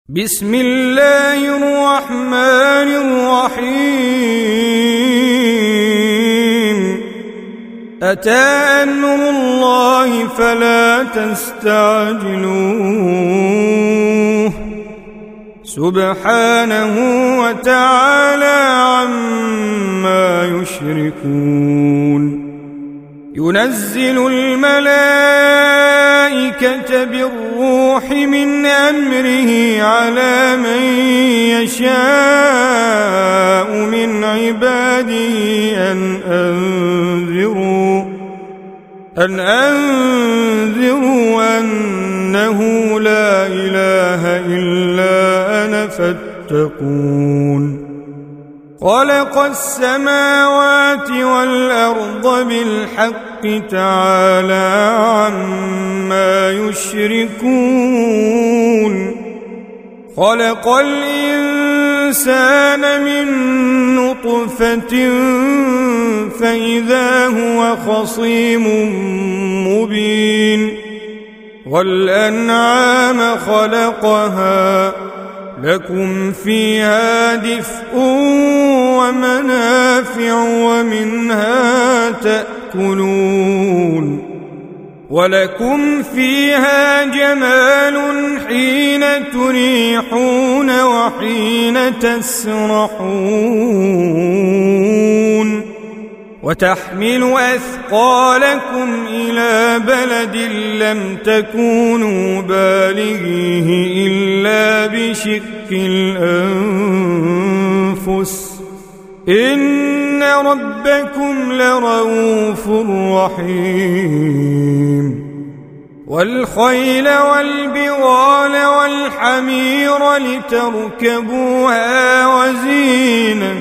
بسم الله الرحمن الرحيم أتى أمر الله فلا تستعجلوه سبحانه وتعالى عما يشركون ينزل الملائكة بالروح من أمره على من يشاء من عباده أن أنذروا أنه لا إله إلا أنا فاتقون خلق السماوات والأرض بالحق تعالى عما يشركون خلق الإنسان من نطفة فإذا هو خصيم مبين والأنعام خلقها لكم فيها دفء ومنافع ومنها تأكلون ولكم فيها جمال حين تريحون وحين تسرحون وتحمل أثقالكم إلى بلد لم تكونوا بالغيه إلا بشق الأنفس إن ربكم لرؤوف رحيم والخيل والبغال والحمير لتركبوها وزينة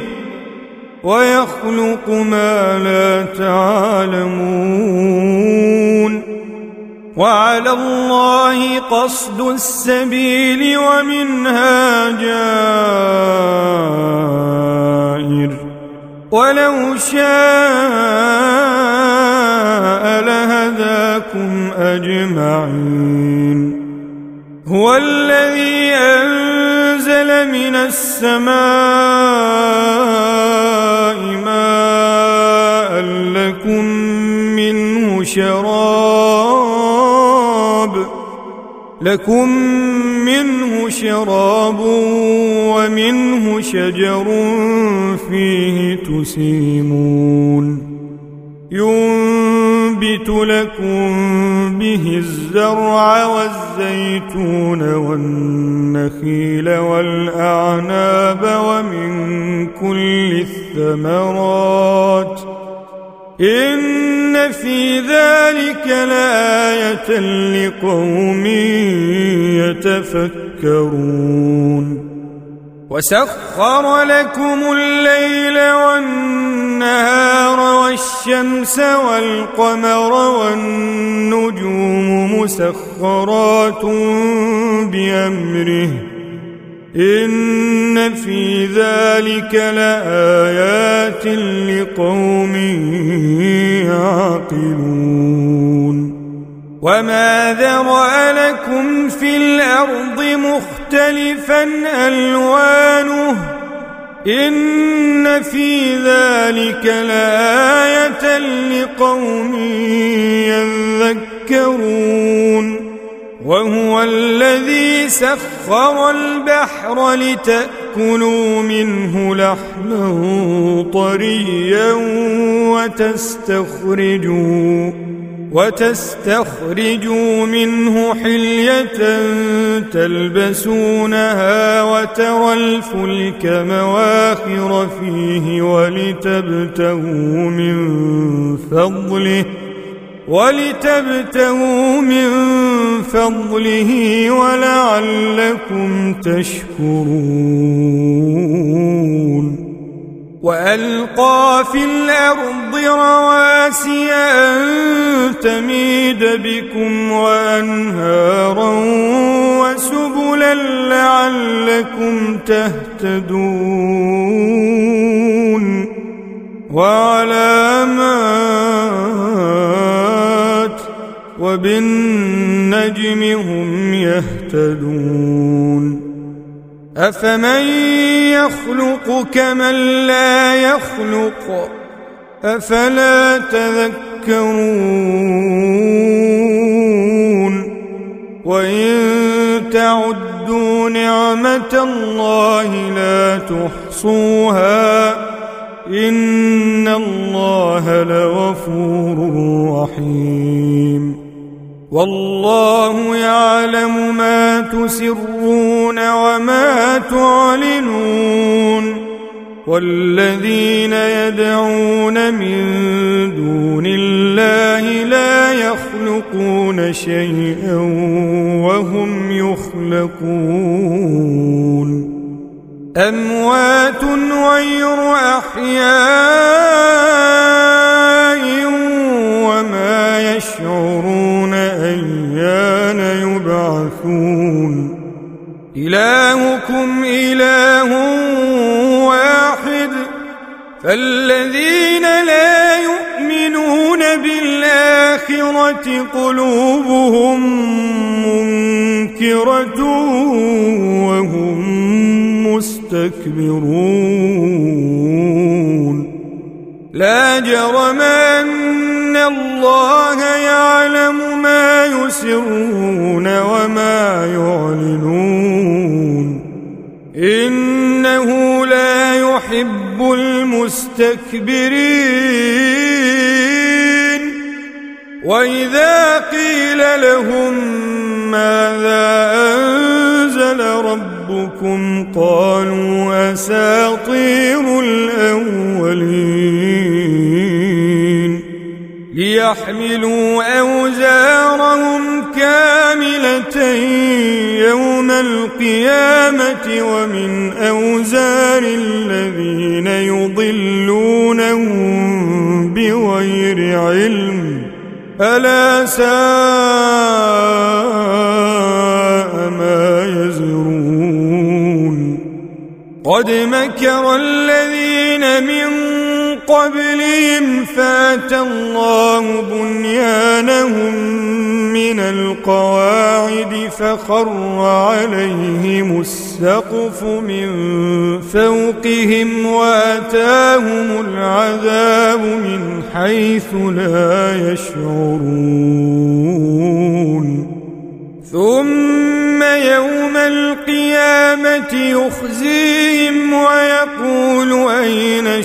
ويخلق ما لا تعلمون وعلى الله قصد السبيل ومنها جائر ولو شاء لهداكم أجمعين هو الذي أنزل من السماء ماء لكم منه شراب ومنه شجر فيه تسيمون ينبت لكم به الزرع والزيتون والنخيل والأعناب ومن كل الثمرات إن في ذلك لآية لقوم يتفكرون وسخر لكم الليل والنهار والشمس والقمر والنجوم مسخرات بأمره إن في ذلك لآيات لقوم يعقلون وما ذرأ لكم في الأرض مختلفا ألوانه إن في ذلك لآية لقوم يذكرون وهو الذي سخر البحر لتأكلوا منه لحما طريا وتستخرجوا منه حلية تلبسونها وترى الفلك مواخر فيه ولتبتغوا من فضله ولعلكم تشكرون وألقى في الأرض رواسي أن تميد بكم وأنهارا وسبلا لعلكم تهتدون وعلامات وبالنجم هم يهتدون أفمن يخلق كمن لا يخلق أفلا تذكرون وإن تعدوا نعمة الله لا تحصوها إن الله لغفور رحيم والله يعلم ما تسرون وما تعلنون والذين يدعون من دون الله لا يخلقون شيئا وهم يخلقون أموات غير أحياء وما يشعرون أيان يبعثون إلهكم إله واحد فالذين لا يؤمنون بالآخرة قلوبهم منكرة وهم مستكبرون لا جرم أن الله يعلم ما يسرون وما يعلنون إنه لا يحب المستكبرين وإذا قيل لهم ماذا أنزل ربكم قالوا أساطير الأولين ليحملوا أوزارهم كاملة يوم القيامة ومن أوزار الذين يضلونهم بغير علم ألا ساء ما يزرون قد مكر الذين من قبلهم فاتى الله بنيانهم من القواعد فخر عليهم السقف من فوقهم وأتاهم العذاب من حيث لا يشعرون ثم يوم القيامة يخزيهم ويقول أين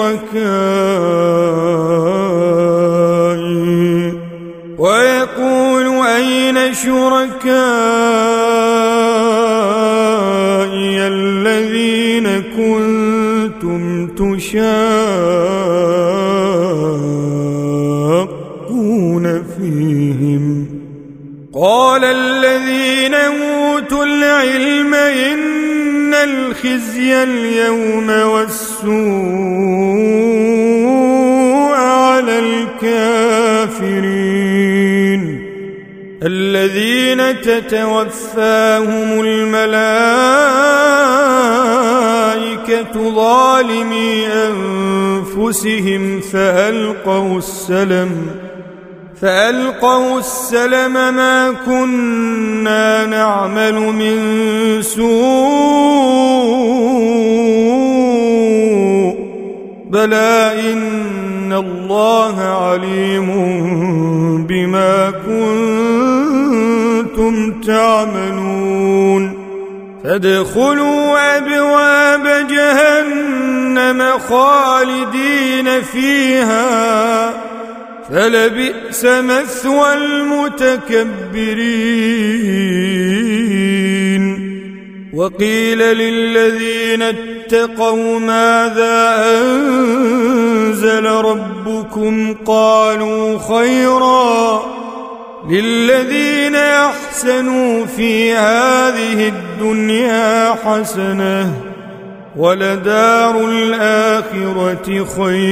شركائي الذين كنتم تشاقون فيهم قال الذين أوتوا العلم إن الخزي اليوم والسوء على الكافرين الذين تتوفاهم الملائكة ظالمي أنفسهم فألقوا السلم ما كنا نعمل من سوء بلى إن الله عليم بما كنتم تعملون فادخلوا أبواب جهنم خالدين فيها فلبئس مثوى المتكبرين وقيل للذين اتقوا ماذا أنزل ربكم قالوا خيرا للذين أحسنوا في هذه الدنيا حسنة ولدار الآخرة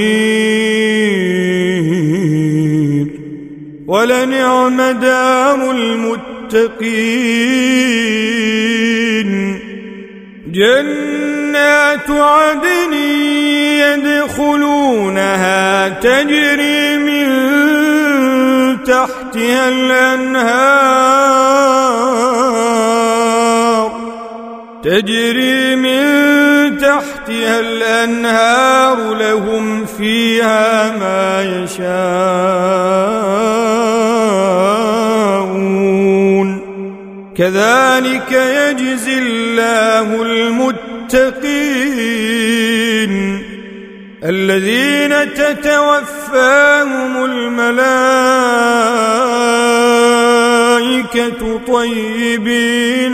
خير ولنعم دار المتقين جنات عدن يدخلونها تجري من تحتها الأنهار تجري من تحتها الأنهار لهم فيها ما يشاءون كذلك يجزي الله المتقين الذين تتوفاهم الملائكة طيبين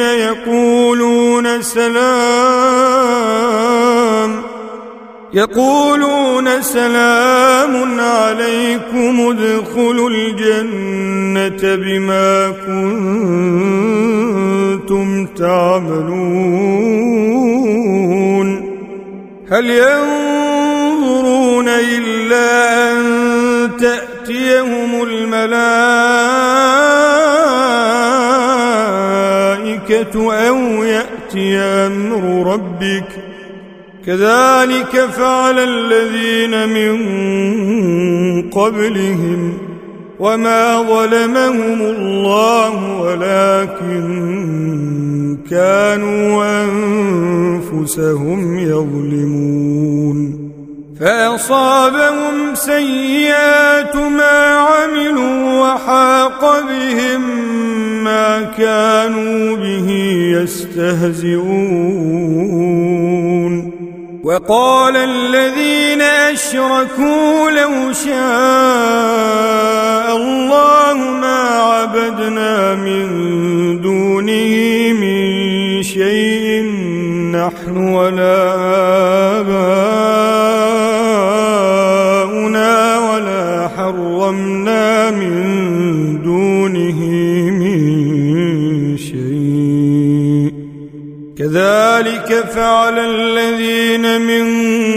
يقولون سلام عليكم ادخلوا الجنة بما كنتم تعملون هل ينظرون إلا أن تأتيهم الملائكة أو يأتي أمر ربك كذلك فعل الذين من قبلهم وما ظلمهم الله ولكن كانوا أنفسهم يظلمون فأصابهم سيئات ما عملوا وحاق بهم ما كانوا به يستهزئون وقال الذين أشركوا لو شاء الله ما عبدنا من دونه من شيء نحن ولا آباؤنا ولا حرمنا من دونه من شيء كذلك فعل الذين من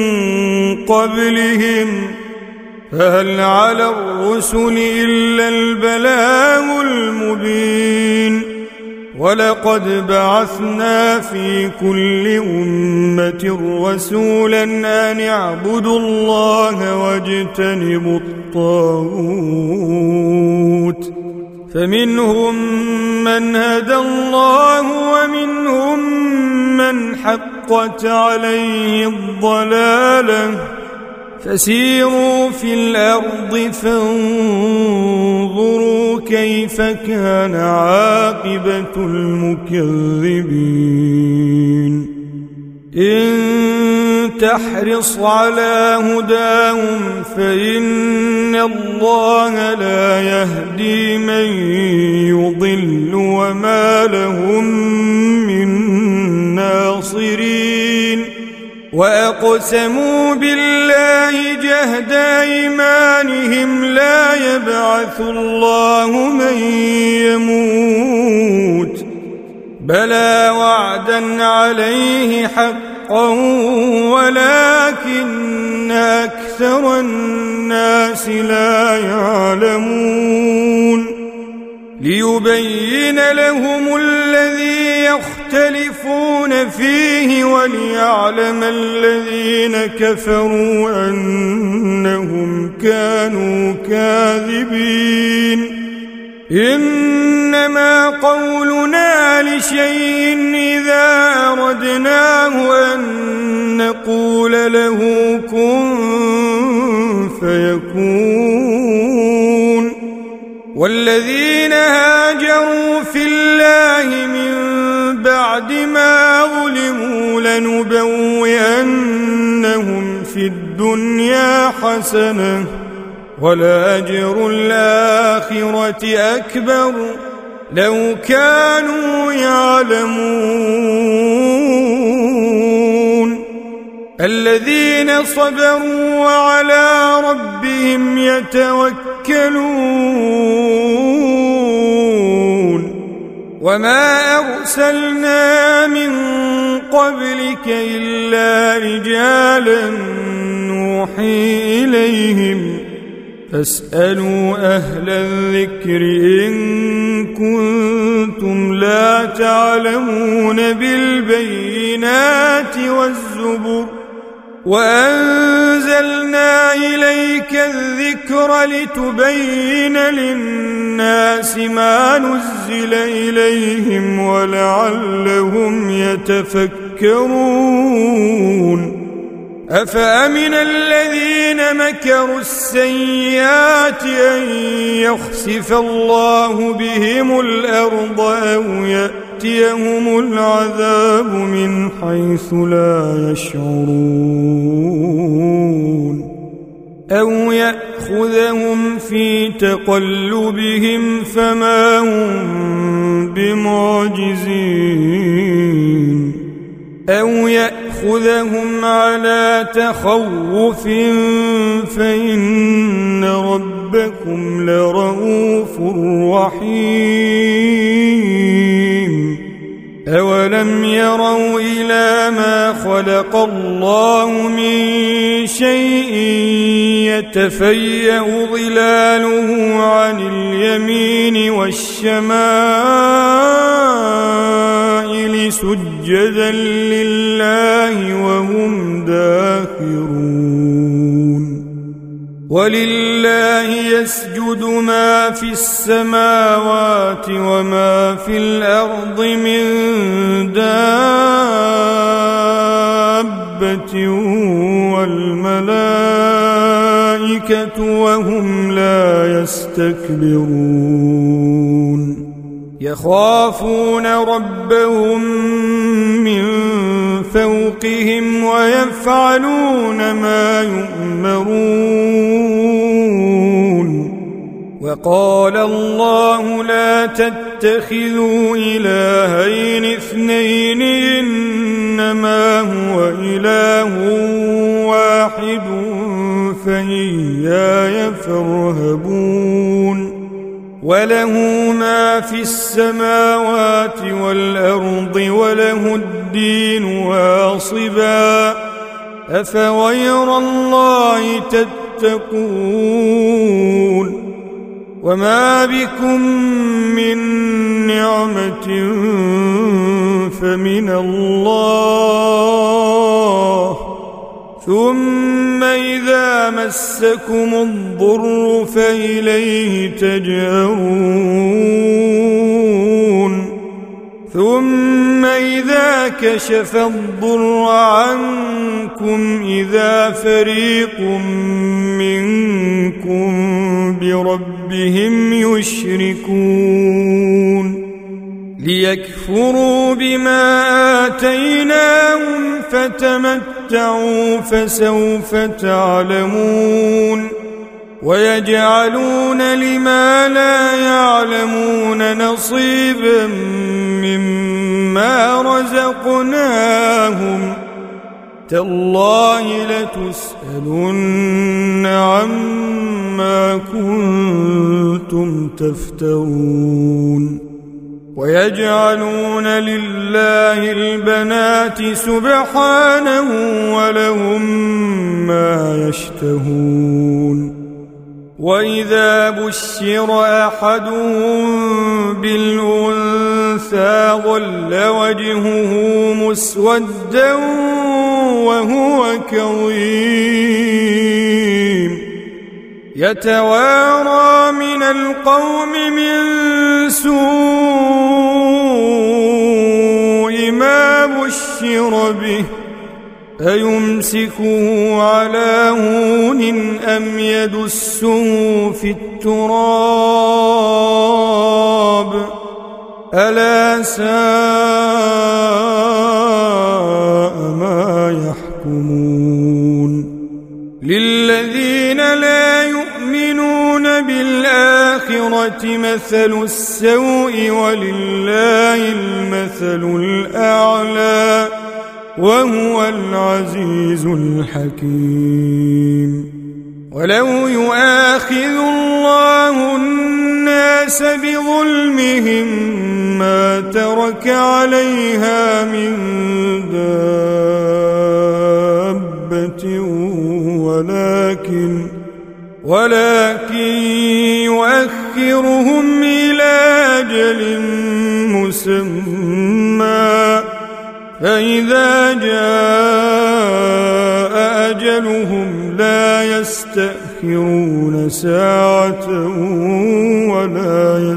قبلهم فهل على الرسل إلا البلاغ المبين ولقد بعثنا في كل أمة رسولا أن اعبدوا الله واجتنبوا الطاغوت فمنهم من هدى الله ومنهم من حقت عليه الضلالة فسيروا في الأرض فانظروا كيف كان عاقبة المكذبين إن تحرص على هداهم فإن الله لا يهدي من يضل وما لهم من ناصرين وأقسموا بالله جهد أيمانهم لا يبعث الله من يموت بلى وعدا عليه حقا ولكن أكثر الناس لا يعلمون ليبين لهم الذي يختلفون فيه وليعلم الذين كفروا أنهم كانوا كاذبين إنما قولنا لشيء إذا أردناه أن نقول له كن فيكون والذين هاجروا في الله من بعد ما ظلموا لنبوئنهم في الدنيا حسنة ولأجر الآخرة أكبر لو كانوا يعلمون الذين صبروا وعلى ربهم يتوكلون وما أرسلنا من قبلك إلا رجالا نوحي إليهم فاسألوا أهل الذكر إن كنتم لا تعلمون بالبينات والزبر وأنزلنا إليك الذكر لتبين للناس ما نزل إليهم ولعلهم يتفكرون أفأمن الذين مكروا السيئات أن يخسف الله بهم الأرض أو يأتيهم العذاب من حيث لا يشعرون أو يأخذهم في تقلبهم فما هم بمعجزين أو يأخذهم على تخوف فإن ربكم لرؤوف رحيم أولم يروا إلى ما خلق الله من شيء يتفيأ ظلاله عن اليمين والشمائل سجدا لله وهم داخرون ولله يسجد ما في السماوات وما في الأرض من دابة والملائكة وهم لا يستكبرون يخافون ربهم من فوقهم ويفعلون ما يؤمرون وقال الله لا تتخذوا إلهين اثنين إنما هو إله واحد فإياي فارهبون وله ما في السماوات والأرض وله الدين واصبا أفغير الله تتقون وما بكم من نعمة فمن الله ثم إذا مسكم الضر فإليه تجأرون ثم إذا كشف الضر عنكم إذا فريق منكم بربهم يشركون ليكفروا بما آتيناهم فتمتعوا فسوف تعلمون ويجعلون لما لا يعلمون نصيبا مما رزقناهم تالله لتسألن عما كنتم تفترون ويجعلون لله البنات سبحانه ولهم ما يشتهون وإذا بشر أحدهم بالأنثى ظل وجهه مسودا وهو كظيم يتوارى من القوم من سوء ما بشر به أيمسكه على هون أم يدسه في التراب ألا ساء ما يحكمون للذين لا يؤمنون بالآخرة مثل السوء ولله المثل الأعلى وهو العزيز الحكيم ولو يؤاخذ الله الناس بظلمهم ما ترك عليها من دابة ولكن يؤخرهم إلى أجل مسمى فإذا جاء أجلهم لا يستأخرون ساعة ولا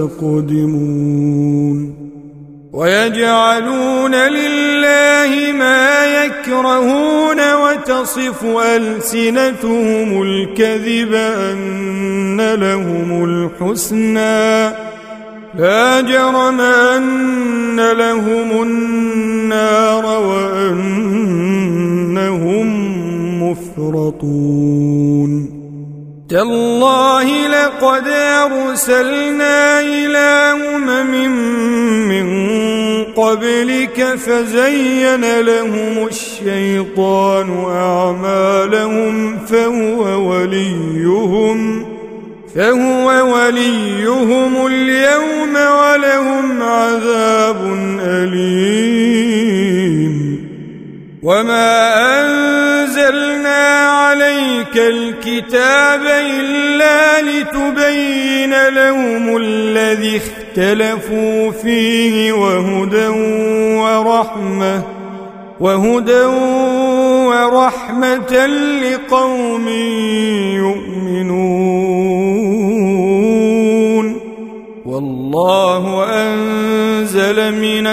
يستقدمون ويجعلون لله ما يكرهون وتصف ألسنتهم الكذب أن لهم الحسنى لا جرم أن لهم النار وأنهم مفرطون تالله لقد أرسلنا إلى من قبلك فزين لهم الشيطان أعمالهم فهو وليهم اليوم ولهم عذاب أليم وما أنزلنا عليك الكتاب إلا لتبين لهم الذي اختلفوا فيه وهدى ورحمة لقوم يؤمنون والله أنزل من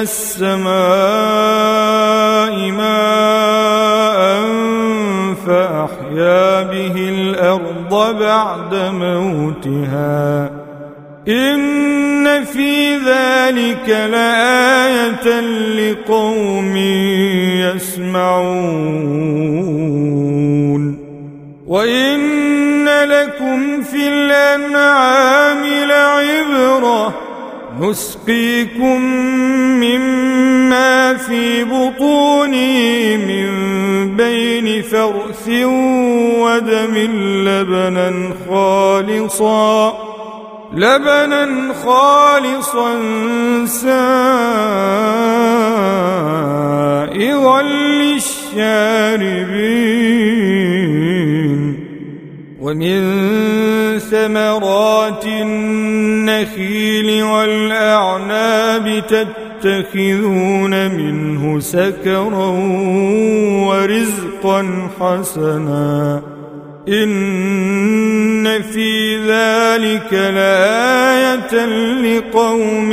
السماء ماء فأحيا به الأرض بعد موتها إن في ذلك لآية لقوم يسمعون وإن لكم في الأنعام لعبرة نسقيكم مما في بطونه من بين فرث ودم لبنا خالصا سائغا للشاربين ومن ثمرات النخيل والأعناب تتخذون منه سكرا ورزقا حسنا إن في ذلك لآية لقوم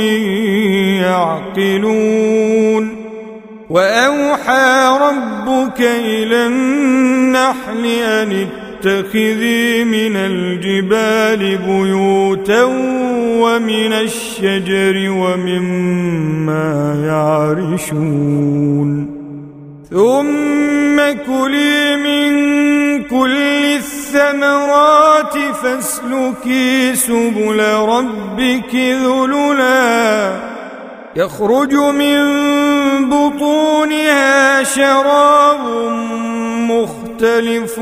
يعقلون وأوحى ربك إلى النحل أن اتخذي من الجبال بيوتا ومن الشجر ومما يعرشون ثم كلي من كل الثمرات فاسلكي سبل ربك ذللا يخرج من بطونها شراب مختلف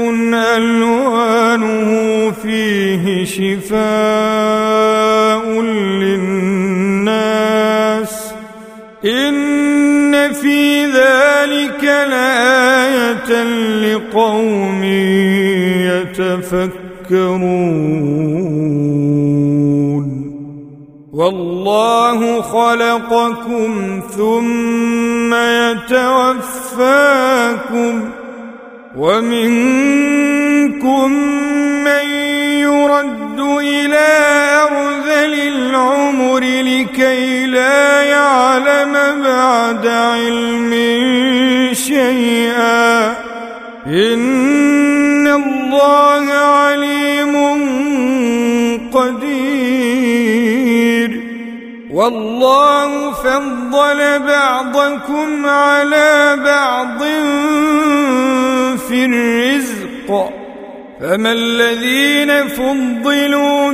ألوانه فيه شفاء للناس إن في ذلك لآية لقوم يتفكرون والله خلقكم ثم يتوفاكم ومنكم من يرد إلى أرذل العمر لكي لا يعلم بعد علم شيئا إن الله عليم قدير والله فضل بعضكم على بعض في الرزق فما الذين فضلوا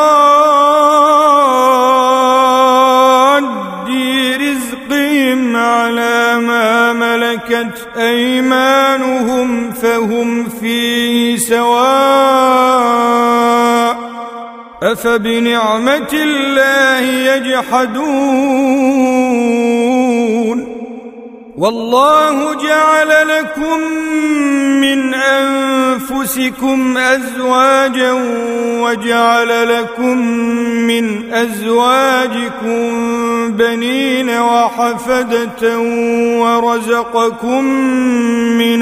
براد رزقهم على ما ملكت أيمانهم فهم فيه سواء أفبنعمة الله يجحدون والله جعل لكم من أنفسكم أزواجا وجعل لكم من أزواجكم بنين وحفدة ورزقكم من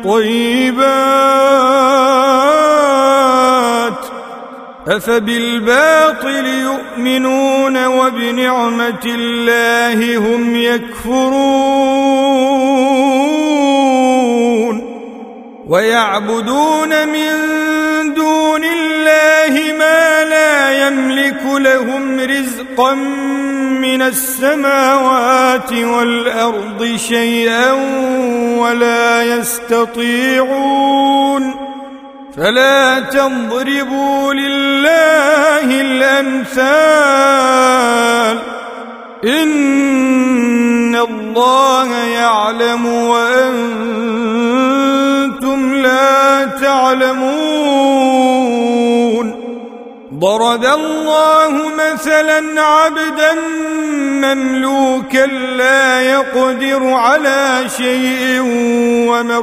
الطيبات أفبالباطل يؤمنون وبنعمة الله هم يكفرون ويعبدون من دون الله ما لا يملك لهم رزقا من السماوات والأرض شيئا ولا يستطيعون فلا تضربوا لله الأمثال إن الله يعلم وأنتم لا تعلمون ضرب الله مثلا عبدا مملوكا لا يقدر على شيء ومن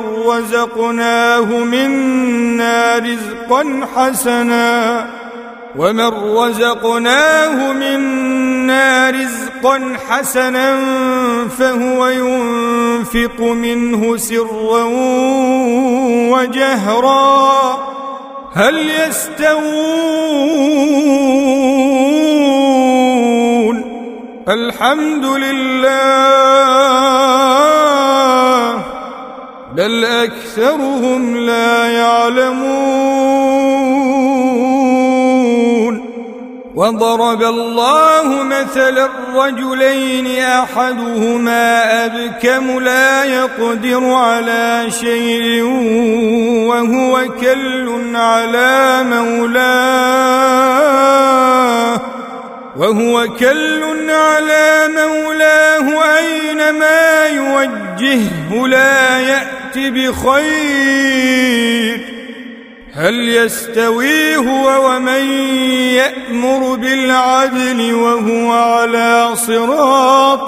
رزقناه منا رزقا حسنا فهو ينفق منه سرا وجهرا هل يستوون الحمد لله بل أكثرهم لا يعلمون وضرب الله مثلا الرجلين أحدهما أبكم لا يقدر على شيء وهو كل على مولاه أينما يوجهه لا يأت بخير هل يستوي هو ومن يأمر بالعدل وهو على صراط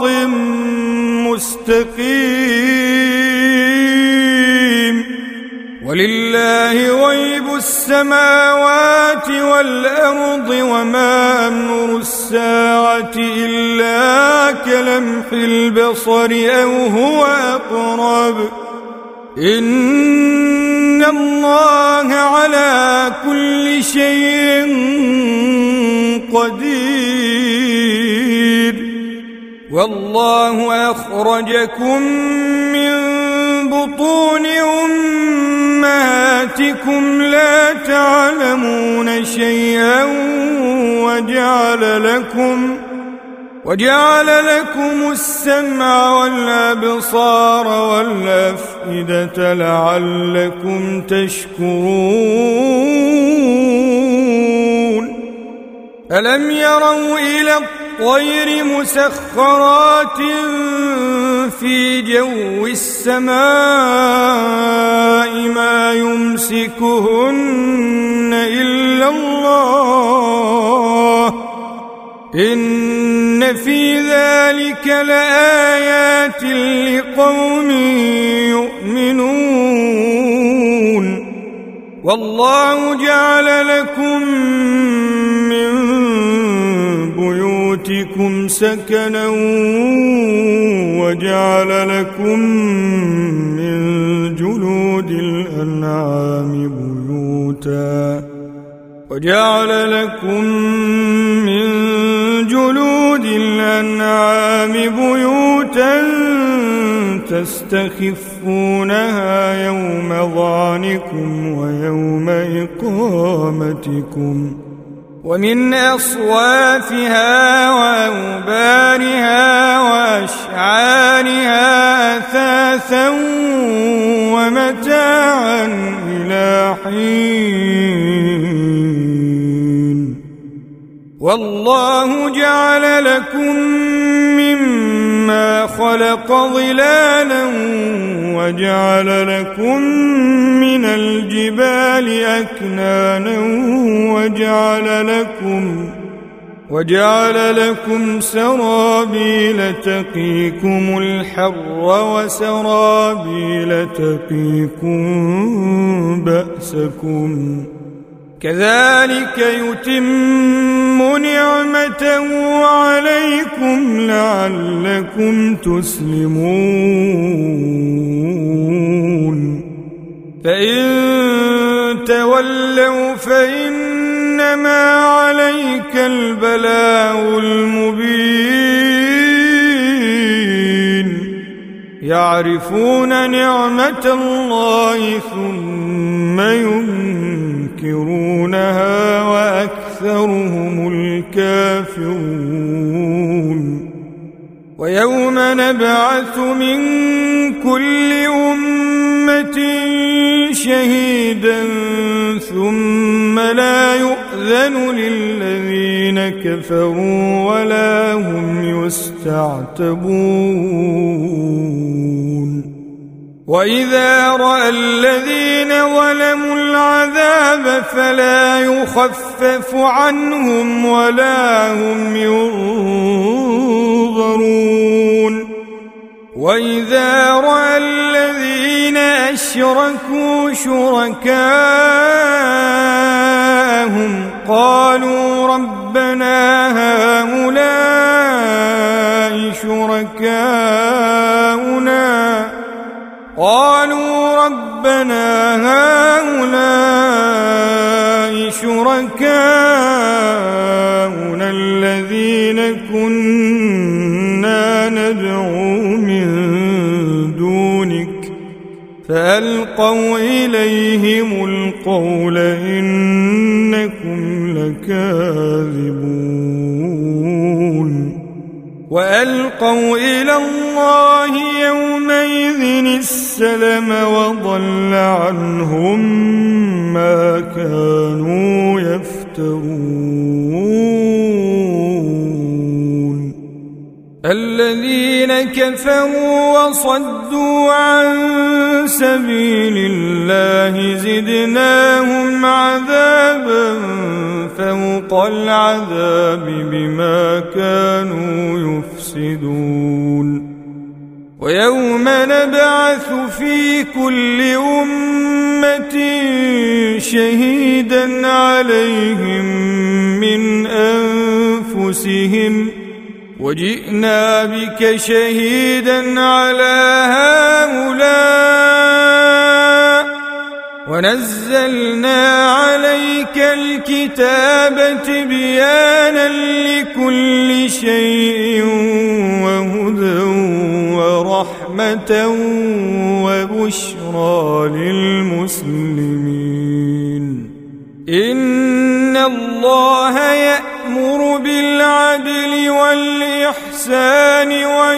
مستقيم ولله غيب السماوات والأرض وما أمر الساعة إلا كلمح البصر أو هو أقرب إن الله على كل شيء قدير والله أخرجكم من بطون أمهاتكم لا تعلمون شيئا وجعل لكم السمع والأبصار والأفئدة لعلكم تشكرون ألم يروا إلى الطير مسخرات في جو السماء ما يمسكهن إلا الله إن في ذلك لآيات لقوم يؤمنون والله جعل لكم من بيوتكم سكنا وجعل لكم من جلود الأنعام بيوتا تستخفونها يوم ظعنكم ويوم إقامتكم ومن أصوافها وأوبارها وأشعارها أثاثا ومتاعا إلى حين والله جعل لكم مما خلق ظلالا وجعل لكم من وجعل لكم سرابيل تقيكم الحر وسرابيل تقيكم بأسكم كذلك يتم نعمته عليكم لعلكم تسلمون فإن تولوا فإنما عليك البلاغ المبين يعرفون نعمة الله ثم ينكرونها وأكثرهم الكافرون ويوم نبعث من كل أمة شهيدا ثم لا يؤذن للذين كفروا ولا هم يستعتبون وإذا رأى الذين ظلموا العذاب فلا يخفف عنهم ولا هم ينظرون وإذا رأى الذين أشركوا شركاءهم قالوا ربنا هؤلاء شركاؤنا الذين كنا ندعو من دونك فألقوا إليهم القول إنكم لكاذبون وألقوا إلى الله يومئذ السلم وضل عنهم ما كانوا يفترون الذين كفروا وصدوا عن سبيل الله زدناهم عذابا فوق العذاب بما كانوا يفسدون ويوم نبعث في كل أمة شهيدا عليهم من أنفسهم وجئنا بك شهيدا على هؤلاء ونزلنا عليك الكتاب تبيانا لكل شيء وهدى ورحمة وبشرى للمسلمين إن الله يأمر بالعدل والإحسان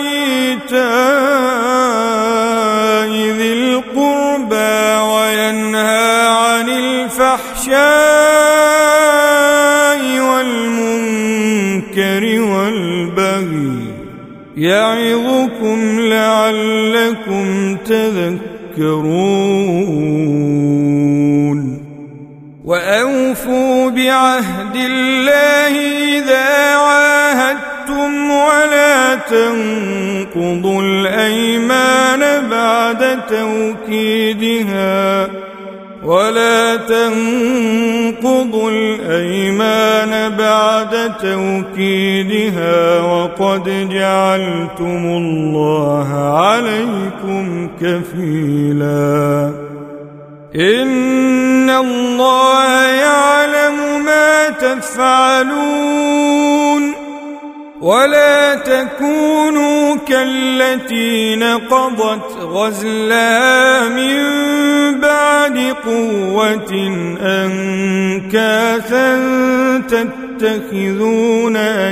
وإيتاء ذي القربى وينهى عن الفحشاء والمنكر والبغي يعظكم لعلكم تذكرون وأوفوا بعهد الله إذا عاهدتم ولا تنقضوا الأيمان بعد توكيدها وقد جعلتم الله عليكم كفيلا إن الله يعلم ما تفعلون ولا تكونوا كالتي نقضت غزلها من بعد قوة أنكاثا تتخذون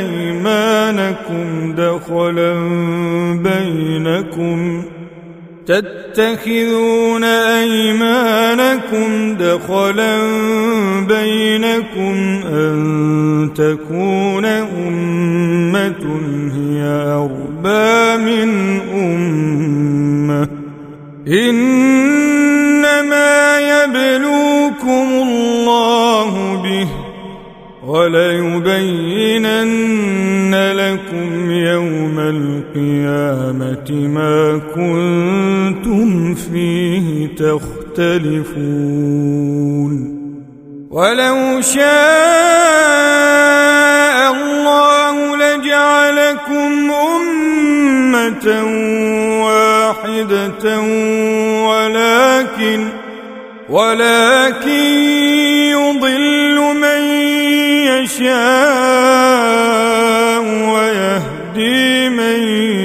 أيمانكم دخلا بينكم أن تكون أمة هي أربى من أمة إنما يبلوكم الله به وليبينن لكم يوم القيامة ما كنتم فيه تختلفون ولو شاء الله لجعلكم أمة واحدة ولكن يضل من يشاء ويهدي من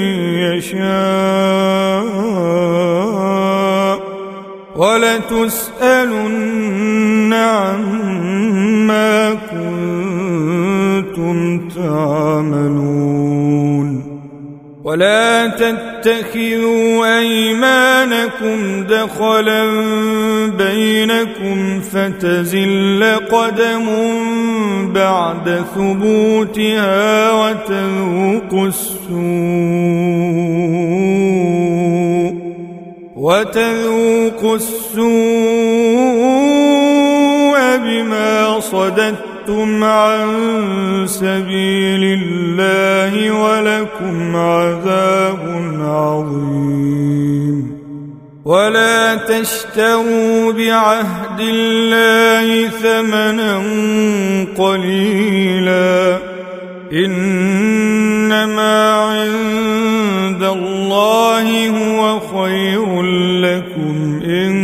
يشاء ولتسألن عما كنتم تعملون ولا تتخذوا أيمانكم دخلا بينكم فتزل قدم بعد ثبوتها وتذوقوا السوء بما صددتم عن سبيل الله ولكم عذاب عظيم ولا تشتروا بعهد الله ثمنا قليلا إنما عند الله هو خير لكم إن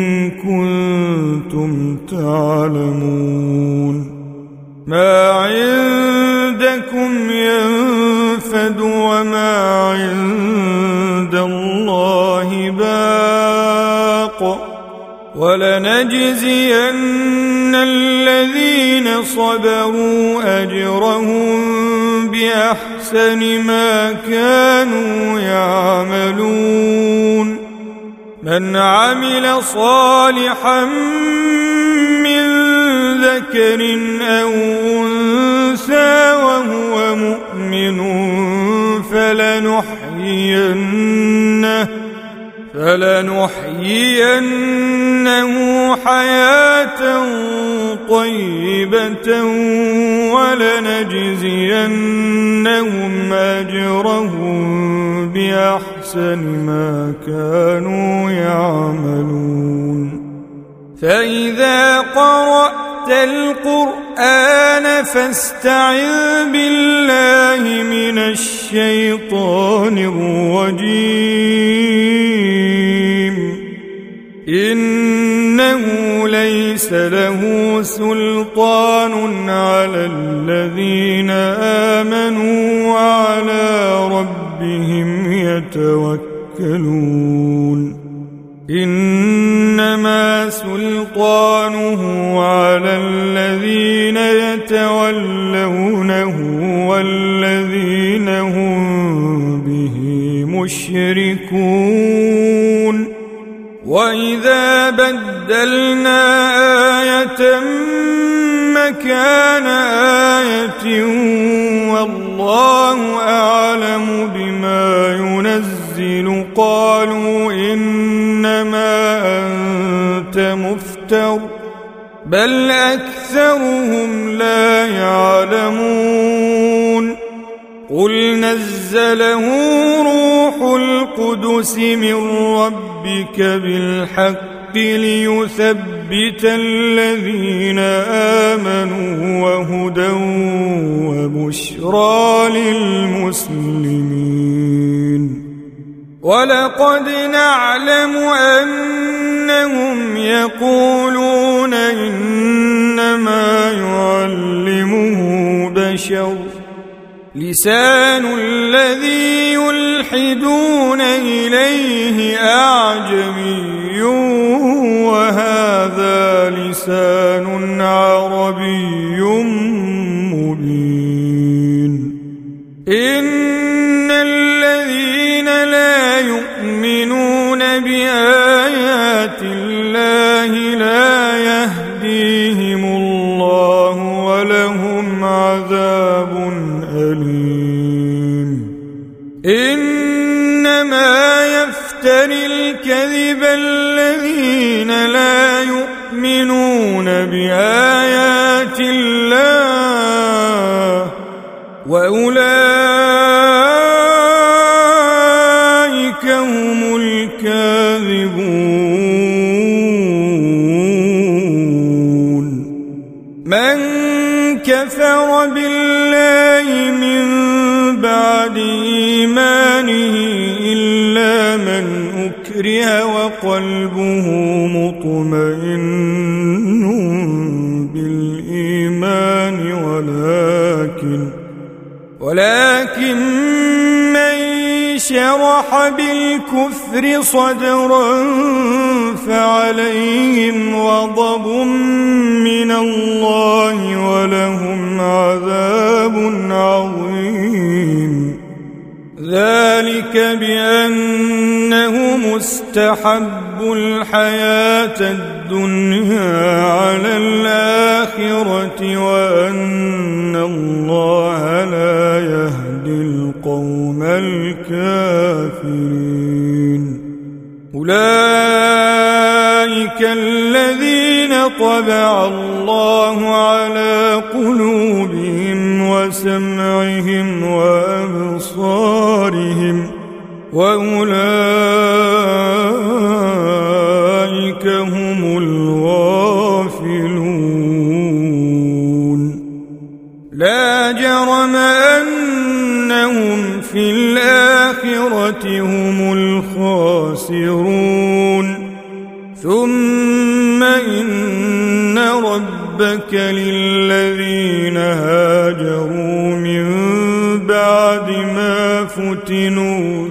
كنتم تعلمون ما عندكم ينفد وما عند الله باق ولنجزين الذين صبروا أجرهم بأحسن ما كانوا يعملون من عمل صالحا من ذكر أو أنثى وهو مؤمن فلنحيينه حياة طيبة ولنجزينهم أجرهم بأحسن ما كانوا يعملون فإذا قرأت القرآن فاستعذ بالله من الشيطان الرجيم إنه ليس له سلطان على الذين آمنوا وعلى ربهم يتوكلون إنما سلطانه على الذين يتولونه والذين هم به مشركون وإذا بدلنا آية مكان آية والله أعلم بما ينزل قالوا إنما أنت مفتر بل أكثرهم لا يعلمون قل نزله روح القدس من ربك بالحق ليثبت الذين آمنوا وهدى وبشرى للمسلمين ولقد نعلم أنهم يقولون إنما يعلمه بشر لسان الذي يلحدون إليه أعجمي وهذا لسان عربي مبين إن الذين لا يؤمنون بآيات الله لا يهديهم الله ولهم عذاب أليم إنما يفتري الكذب الذين لا يؤمنون بآيات الله وأولئك هم الكاذبون. من كفر بالله من بعد إيمانه إلا من أكره وقلبه مطمئن بالإيمان ولكن من شرح بالكفر صدرا فعليهم غضب من الله ولهم عذاب عظيم. ذلك بأنه مستحب الحياة الدنيا على الآخرة وأن الله لا يهدي القوم الكافرين. أولئك الذين طبع الله على قلوبهم وسمعهم وأبصارهم وأولئك هم الغافلون. لا جرم أنهم في الآخرة هم الخاسرون. ثم إن ربك للذين هاجروا من بعد ما فتنوا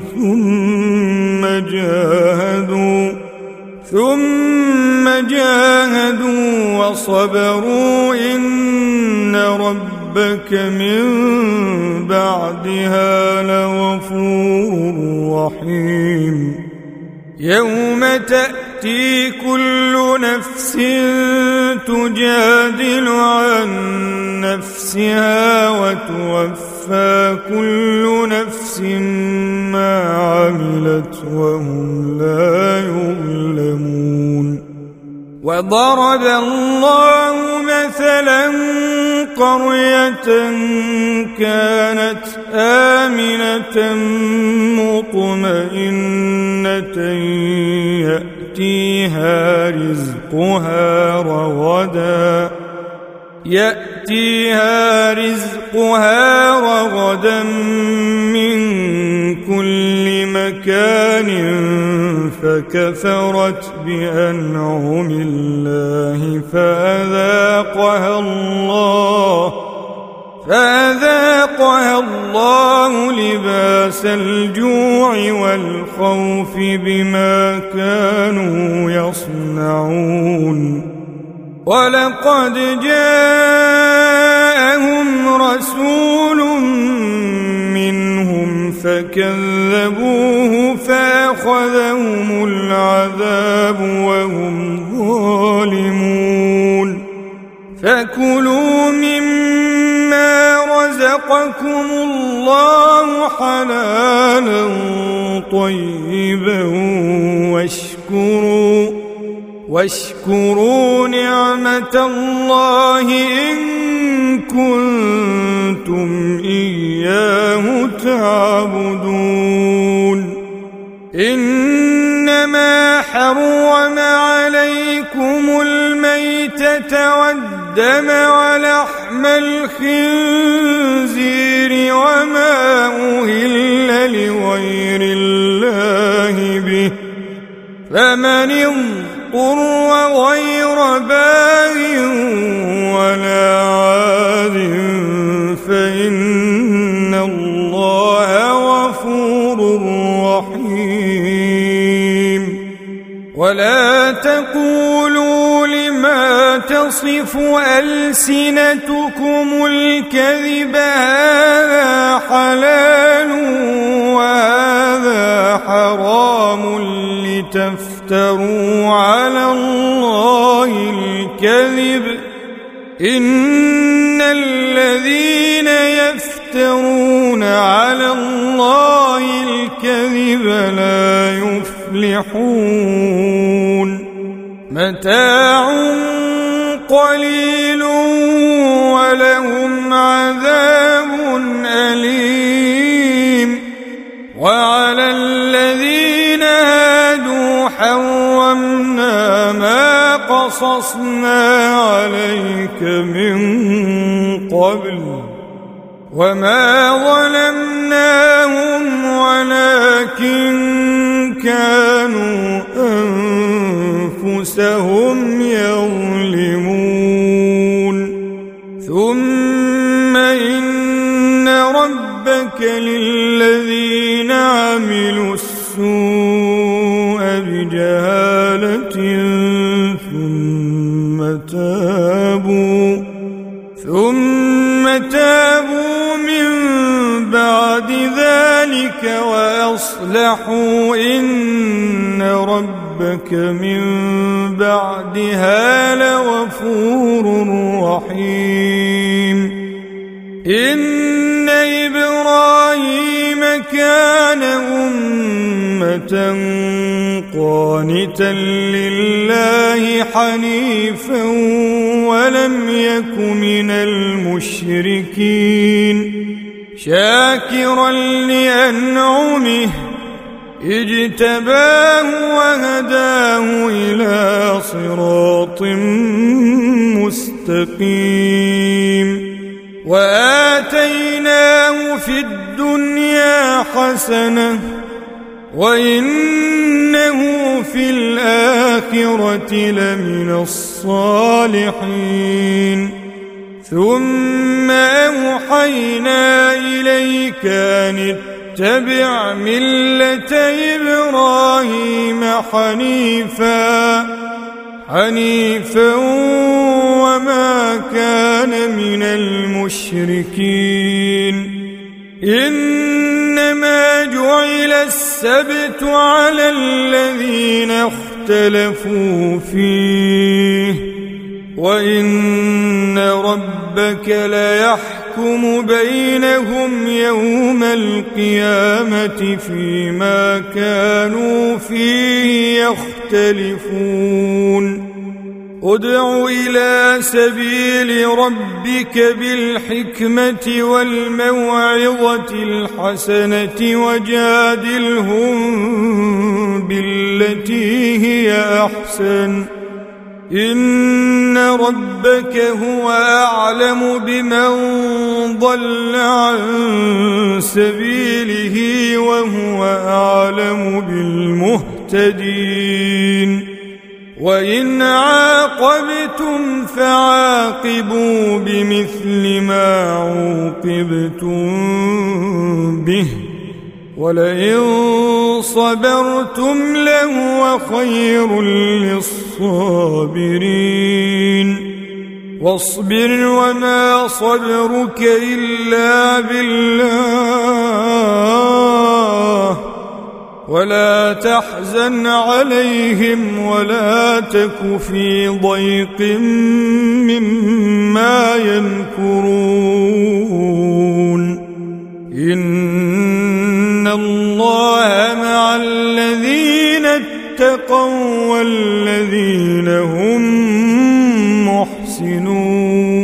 ثم جاهدوا وصبروا إن ربك من بعدها لغفور رحيم. يوم تأتي كل نفس تجادل عن نفسها وتوفى كل نفس ما عملت وهم لا يظلمون. وضرب الله مثلا قرية كانت آمنة مطمئنة يأتيها رزقها رغدا من كل مكان فكفرت بأنعم الله فأذاقها الله لباس الجوع والخوف بما كانوا يصنعون. ولقد جاءهم رسول منهم فكذبوه فأخذهم العذاب وهم ظالمون. فكلوا مما رزقكم الله حلالا طيبا واشكروا نعمة الله إن كنتم إياه تعبدون. إنما حرم عليكم الميتة والدم ولحم الخنزير وما أهل لغير الله به فمن اضطر غير باغ ولا عاد فإن الله غفور رحيم. ولا تقولوا لما تصف ألسنتكم الكذب هذا حلال وهذا حرام لتفتروا على الله الكذب. إن الذين يفترون على الله الكذب لا يفلحون. متاع قليل ولهم عذاب وحرمنا ما قصصنا عليك من قبل وما ظلمناهم ولكن كانوا أنفسهم يظلمون ثم إن ربك للذين عملوا السوء بجهالة ثم تابوا من بعد ذلك وأصلحوا إن ربك من بعدها لغفور رحيم إن إبراهيم كان أمة قانتا لله حنيفا ولم يك من المشركين شاكرا لأنعمه اجتباه وهداه إلى صراط مستقيم وآتيناه في الدنيا حسنة وإنه في الآخرة لمن الصالحين ثم أوحينا إليك أن اتبع ملة إبراهيم حنيفا وما كان من المشركين إنما جعل السبت على الذين اختلفوا فيه وإن ربك ليحكم بينهم يوم القيامة فيما كانوا فيه يختلفون ادع إلى سبيل ربك بالحكمة والموعظة الحسنة وجادلهم بالتي هي أحسن إن ربك هو أعلم بمن ضل عن سبيله وهو أعلم بالمهتدين وإن عاقبتم فعاقبوا بمثل ما عوقبتم به ولئن صبرتم لهو خير للصابرين واصبر وما صبرك إلا بالله ولا تحزن عليهم ولا تك في ضيق مما يمكرون إن الله مع الذين اتقوا والذين هم محسنون